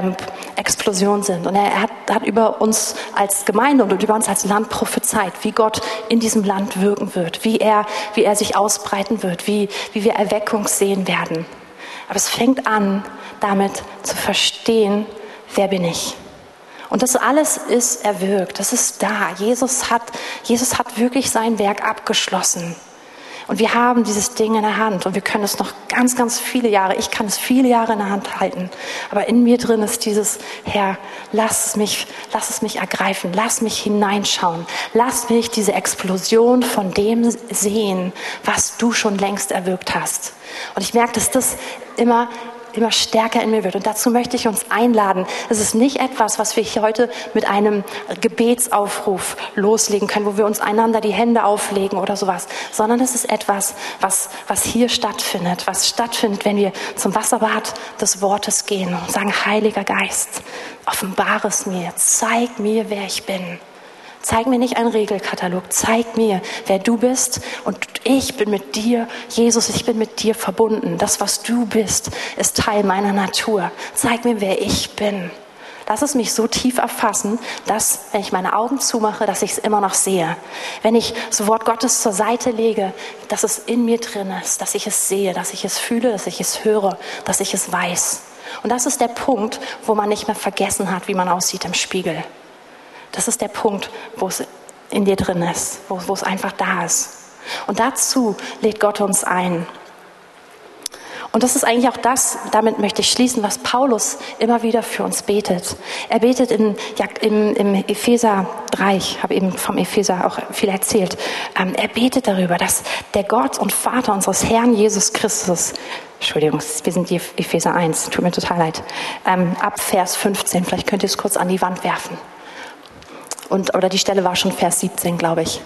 Explosion sind. Und er hat über uns als Gemeinde und über uns als Land prophezeit, wie Gott in diesem Land wirken wird, wie er sich ausbreiten wird, wie wir Erweckung sehen werden. Aber es fängt an, damit zu verstehen, wer bin ich? Und das alles ist erwirkt, das ist da. Jesus hat wirklich sein Werk abgeschlossen. Und wir haben dieses Ding in der Hand und wir können es noch ganz, ganz viele Jahre, ich kann es viele Jahre in der Hand halten. Aber in mir drin ist dieses, Herr, lass es mich ergreifen, lass mich hineinschauen, lass mich diese Explosion von dem sehen, was du schon längst erwirkt hast. Und ich merke, dass das immer stärker in mir wird. Und dazu möchte ich uns einladen. Es ist nicht etwas, was wir hier heute mit einem Gebetsaufruf loslegen können, wo wir uns einander die Hände auflegen oder sowas, sondern es ist etwas, was hier stattfindet, wenn wir zum Wasserbad des Wortes gehen und sagen, Heiliger Geist, offenbare es mir, zeig mir, wer ich bin. Zeig mir nicht einen Regelkatalog, zeig mir, wer du bist und ich bin mit dir, Jesus, ich bin mit dir verbunden. Das, was du bist, ist Teil meiner Natur. Zeig mir, wer ich bin. Lass es mich so tief erfassen, dass, wenn ich meine Augen zumache, dass ich es immer noch sehe. Wenn ich das Wort Gottes zur Seite lege, dass es in mir drin ist, dass ich es sehe, dass ich es fühle, dass ich es höre, dass ich es weiß. Und das ist der Punkt, wo man nicht mehr vergessen hat, wie man aussieht im Spiegel. Das ist der Punkt, wo es in dir drin ist, wo es einfach da ist. Und dazu lädt Gott uns ein. Und das ist eigentlich auch das, damit möchte ich schließen, was Paulus immer wieder für uns betet. Er betet im Epheser 3, ich habe eben vom Epheser auch viel erzählt, er betet darüber, dass der Gott und Vater unseres Herrn Jesus Christus, Entschuldigung, wir sind die Epheser 1, tut mir total leid, ab Vers 15, vielleicht könnt ihr es kurz an die Wand werfen. Oder die Stelle war schon Vers 17, glaube ich.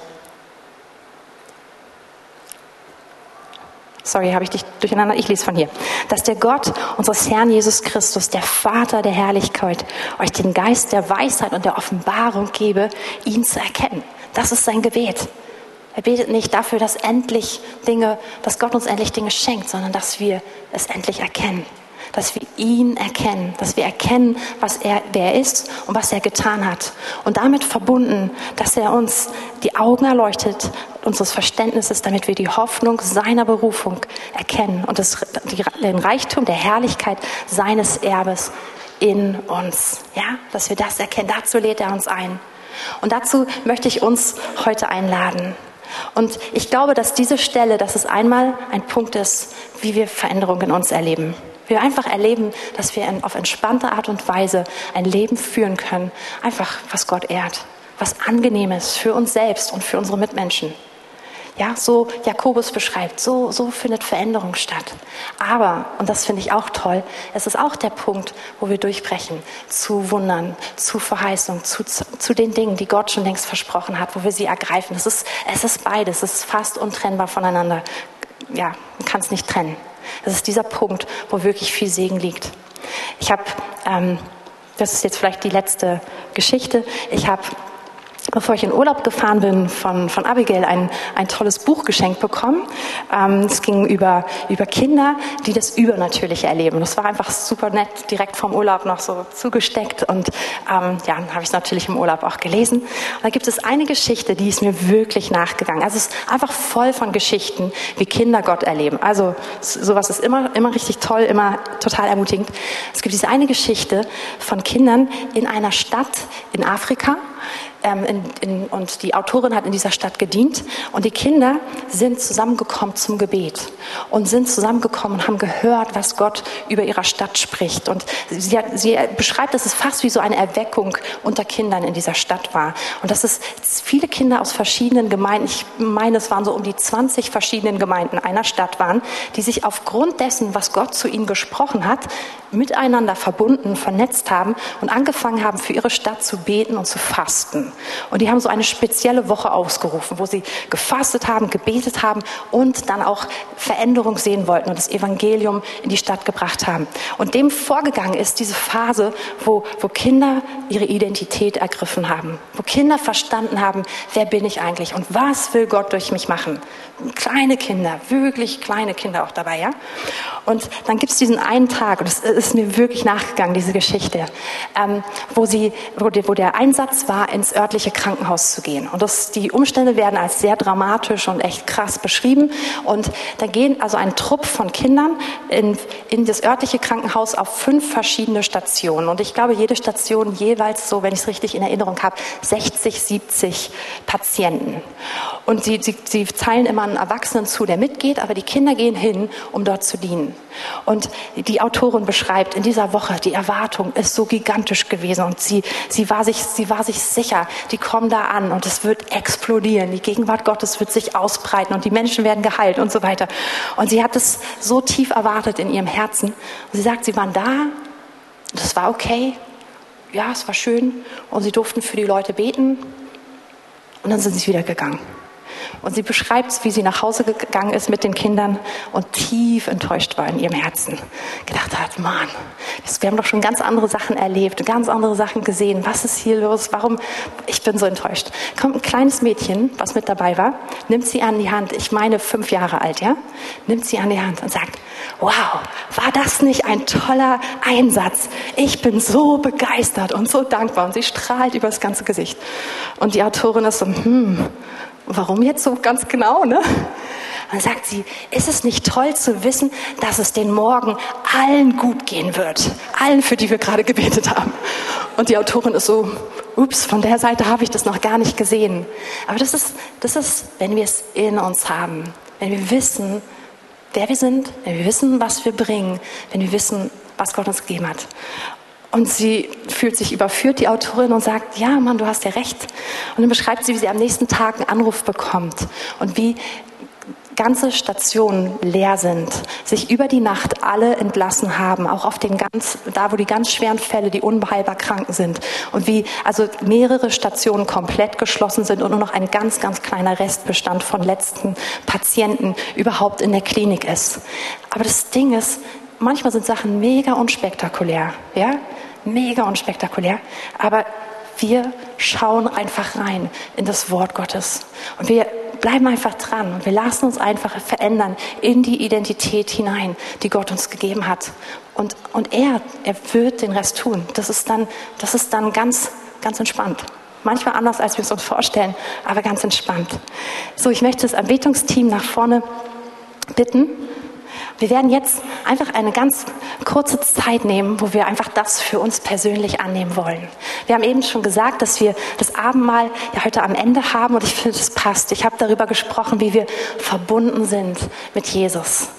Sorry, habe ich dich durcheinander? Ich lese von hier. Dass der Gott unseres Herrn Jesus Christus, der Vater der Herrlichkeit, euch den Geist der Weisheit und der Offenbarung gebe, ihn zu erkennen. Das ist sein Gebet. Er betet nicht dafür, dass Gott uns endlich Dinge schenkt, sondern dass wir es endlich erkennen. Dass wir ihn erkennen, dass wir erkennen, wer er ist und was er getan hat. Und damit verbunden, dass er uns die Augen erleuchtet, unseres Verständnisses, damit wir die Hoffnung seiner Berufung erkennen und den Reichtum der Herrlichkeit seines Erbes in uns. Ja, dass wir das erkennen. Dazu lädt er uns ein. Und dazu möchte ich uns heute einladen. Und ich glaube, dass diese Stelle, dass es einmal ein Punkt ist, wie wir Veränderung in uns erleben. Wir einfach erleben, dass wir auf entspannte Art und Weise ein Leben führen können. Einfach, was Gott ehrt. Was Angenehmes für uns selbst und für unsere Mitmenschen. Ja, so Jakobus beschreibt, so findet Veränderung statt. Aber, und das finde ich auch toll, es ist auch der Punkt, wo wir durchbrechen zu Wundern, zu Verheißung, zu den Dingen, die Gott schon längst versprochen hat, wo wir sie ergreifen. Es ist beides, es ist fast untrennbar voneinander. Ja, man kann es nicht trennen. Das ist dieser Punkt, wo wirklich viel Segen liegt. Das ist jetzt vielleicht die letzte Geschichte. Ich habe, bevor ich in Urlaub gefahren bin, von Abigail ein tolles Buch geschenkt bekommen. Es ging über Kinder, die das Übernatürliche erleben. Das war einfach super nett, direkt vom Urlaub noch so zugesteckt. Und dann habe ich es natürlich im Urlaub auch gelesen. Und da gibt es eine Geschichte, die ist mir wirklich nachgegangen. Also es ist einfach voll von Geschichten, wie Kinder Gott erleben. Also sowas ist immer richtig toll, immer total ermutigend. Es gibt diese eine Geschichte von Kindern in einer Stadt in Afrika, und die Autorin hat in dieser Stadt gedient und die Kinder sind zusammengekommen zum Gebet und sind zusammengekommen und haben gehört, was Gott über ihrer Stadt spricht. Und sie beschreibt, dass es fast wie so eine Erweckung unter Kindern in dieser Stadt war. Und dass es viele Kinder aus verschiedenen Gemeinden, ich meine, es waren so um die 20 verschiedenen Gemeinden einer Stadt waren, die sich aufgrund dessen, was Gott zu ihnen gesprochen hat, miteinander verbunden, vernetzt haben und angefangen haben, für ihre Stadt zu beten und zu fasten. Und die haben so eine spezielle Woche ausgerufen, wo sie gefastet haben, gebetet haben und dann auch Veränderung sehen wollten und das Evangelium in die Stadt gebracht haben. Und dem vorgegangen ist diese Phase, wo Kinder ihre Identität ergriffen haben, wo Kinder verstanden haben, wer bin ich eigentlich und was will Gott durch mich machen. Kleine Kinder, wirklich kleine Kinder auch dabei, ja. Und dann gibt es diesen einen Tag, und das ist mir wirklich nachgegangen, diese Geschichte, wo der Einsatz war, ins örtliche Krankenhaus zu gehen. Und die Umstände werden als sehr dramatisch und echt krass beschrieben. Und da gehen also ein Trupp von Kindern in das örtliche Krankenhaus auf 5 verschiedene Stationen. Und ich glaube, jede Station jeweils so, wenn ich es richtig in Erinnerung habe, 60, 70 Patienten. Und sie teilen immer einen Erwachsenen zu, der mitgeht, aber die Kinder gehen hin, um dort zu dienen. Und die Autorin beschreibt, in dieser Woche, die Erwartung ist so gigantisch gewesen und sie war sich sicher, die kommen da an und es wird explodieren, die Gegenwart Gottes wird sich ausbreiten und die Menschen werden geheilt und so weiter. Und sie hat es so tief erwartet in ihrem Herzen. Und sie sagt, sie waren da und es war okay, ja, es war schön und sie durften für die Leute beten und dann sind sie wieder gegangen. Und sie beschreibt, wie sie nach Hause gegangen ist mit den Kindern und tief enttäuscht war in ihrem Herzen. Gedacht hat, Mann, wir haben doch schon ganz andere Sachen erlebt, ganz andere Sachen gesehen. Was ist hier los? Warum? Ich bin so enttäuscht. Kommt ein kleines Mädchen, was mit dabei war, nimmt sie an die Hand, ich meine 5 Jahre alt, ja? Nimmt sie an die Hand und sagt, wow, war das nicht ein toller Einsatz? Ich bin so begeistert und so dankbar. Und sie strahlt über das ganze Gesicht. Und die Autorin ist so, warum jetzt so ganz genau, ne? Dann sagt sie, ist es nicht toll zu wissen, dass es den Morgen allen gut gehen wird? Allen, für die wir gerade gebetet haben. Und die Autorin ist so, ups, von der Seite habe ich das noch gar nicht gesehen. Aber das ist, wenn wir es in uns haben. Wenn wir wissen, wer wir sind, wenn wir wissen, was wir bringen, wenn wir wissen, was Gott uns gegeben hat. Und sie fühlt sich überführt, die Autorin, und sagt, ja, Mann, du hast ja recht. Und dann beschreibt sie, wie sie am nächsten Tag einen Anruf bekommt und wie ganze Stationen leer sind, sich über die Nacht alle entlassen haben, auch auf da, wo die ganz schweren Fälle, die unbeheilbar Kranken sind. Und wie also mehrere Stationen komplett geschlossen sind und nur noch ein ganz, ganz kleiner Restbestand von letzten Patienten überhaupt in der Klinik ist. Aber das Ding ist, manchmal sind Sachen mega unspektakulär, ja? Mega unspektakulär. Aber wir schauen einfach rein in das Wort Gottes. Und wir bleiben einfach dran und wir lassen uns einfach verändern in die Identität hinein, die Gott uns gegeben hat. Und er wird den Rest tun. Das ist dann ganz, ganz entspannt. Manchmal anders, als wir es uns vorstellen, aber ganz entspannt. So, ich möchte das Anbetungsteam nach vorne bitten. Wir werden jetzt einfach eine ganz kurze Zeit nehmen, wo wir einfach das für uns persönlich annehmen wollen. Wir haben eben schon gesagt, dass wir das Abendmahl ja heute am Ende haben und ich finde, das passt. Ich habe darüber gesprochen, wie wir verbunden sind mit Jesus.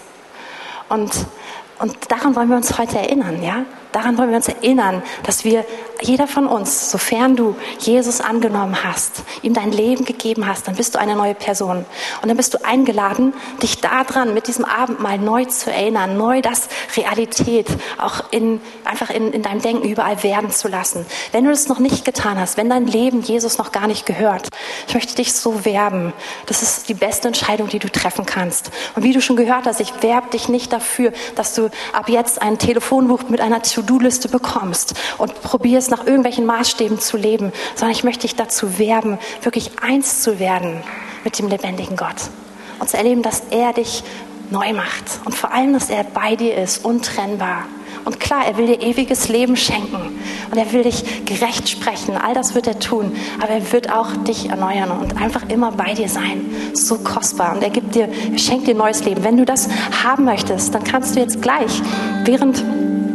Und daran wollen wir uns heute erinnern, ja? Daran wollen wir uns erinnern, dass jeder von uns, sofern du Jesus angenommen hast, ihm dein Leben gegeben hast, dann bist du eine neue Person. Und dann bist du eingeladen, dich daran mit diesem Abendmahl neu zu erinnern, neu das Realität auch einfach in deinem Denken überall werden zu lassen. Wenn du das noch nicht getan hast, wenn dein Leben Jesus noch gar nicht gehört, ich möchte dich so werben. Das ist die beste Entscheidung, die du treffen kannst. Und wie du schon gehört hast, ich werbe dich nicht dafür, dass du ab jetzt ein Telefonbuch mit einer To-Do-Liste bekommst und probierst nach irgendwelchen Maßstäben zu leben, sondern ich möchte dich dazu werben, wirklich eins zu werden mit dem lebendigen Gott und zu erleben, dass er dich neu macht und vor allem, dass er bei dir ist, untrennbar. Und klar, er will dir ewiges Leben schenken und er will dich gerecht sprechen, all das wird er tun, aber er wird auch dich erneuern und einfach immer bei dir sein, so kostbar und er schenkt dir neues Leben. Wenn du das haben möchtest, dann kannst du jetzt gleich, während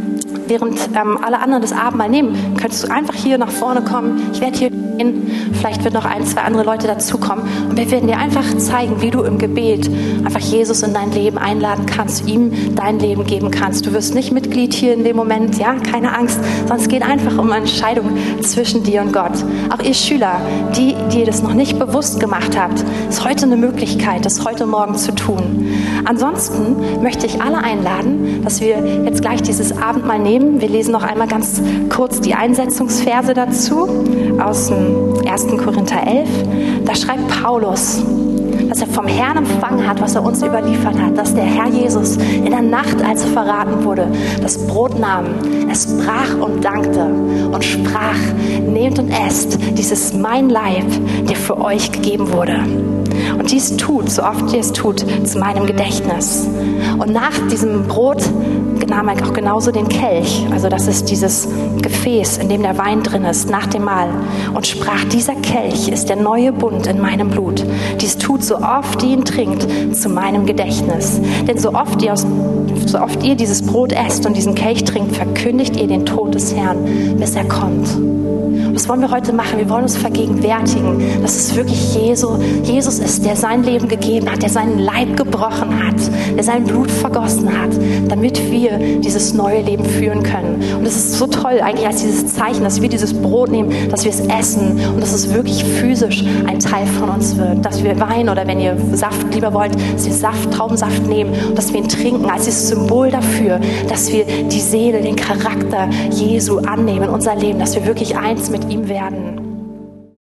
während alle anderen das Abendmahl nehmen, könntest du einfach hier nach vorne kommen. Ich werde hier gehen. Vielleicht wird noch 1, 2 andere Leute dazukommen. Und wir werden dir einfach zeigen, wie du im Gebet einfach Jesus in dein Leben einladen kannst, ihm dein Leben geben kannst. Du wirst nicht Mitglied hier in dem Moment, ja, keine Angst, sondern es geht einfach um eine Entscheidung zwischen dir und Gott. Auch ihr Schüler, die ihr das noch nicht bewusst gemacht habt, ist heute eine Möglichkeit, das heute Morgen zu tun. Ansonsten möchte ich alle einladen, dass wir jetzt gleich dieses Abendmahl nehmen. Wir lesen noch einmal ganz kurz die Einsetzungsverse dazu aus dem 1. Korinther 11. Da schreibt Paulus, dass er vom Herrn empfangen hat, was er uns überliefert hat, dass der Herr Jesus in der Nacht, als er verraten wurde, das Brot nahm, es brach und dankte und sprach, nehmt und esst, dies ist mein Leib, der für euch gegeben wurde. Und dies tut, so oft ihr es tut, zu meinem Gedächtnis. Und nach diesem Brot nahm er auch genauso den Kelch, also das ist dieses Gefäß, in dem der Wein drin ist, nach dem Mahl, und sprach, dieser Kelch ist der neue Bund in meinem Blut. Dies tut, so oft ihr ihn trinkt, zu meinem Gedächtnis. Denn so oft ihr dieses Brot esst und diesen Kelch trinkt, verkündigt ihr den Tod des Herrn, bis er kommt. Was wollen wir heute machen? Wir wollen uns vergegenwärtigen, dass es wirklich Jesus ist, der sein Leben gegeben hat, der seinen Leib gebrochen hat, der sein Blut vergossen hat, damit wir dieses neue Leben führen können. Und es ist so toll eigentlich als dieses Zeichen, dass wir dieses Brot nehmen, dass wir es essen und dass es wirklich physisch ein Teil von uns wird. Dass wir Wein oder wenn ihr Saft lieber wollt, dass wir Traubensaft nehmen und dass wir ihn trinken als dieses Symbol dafür, dass wir die Seele, den Charakter Jesu annehmen in unser Leben, dass wir wirklich eins mit ihm werden.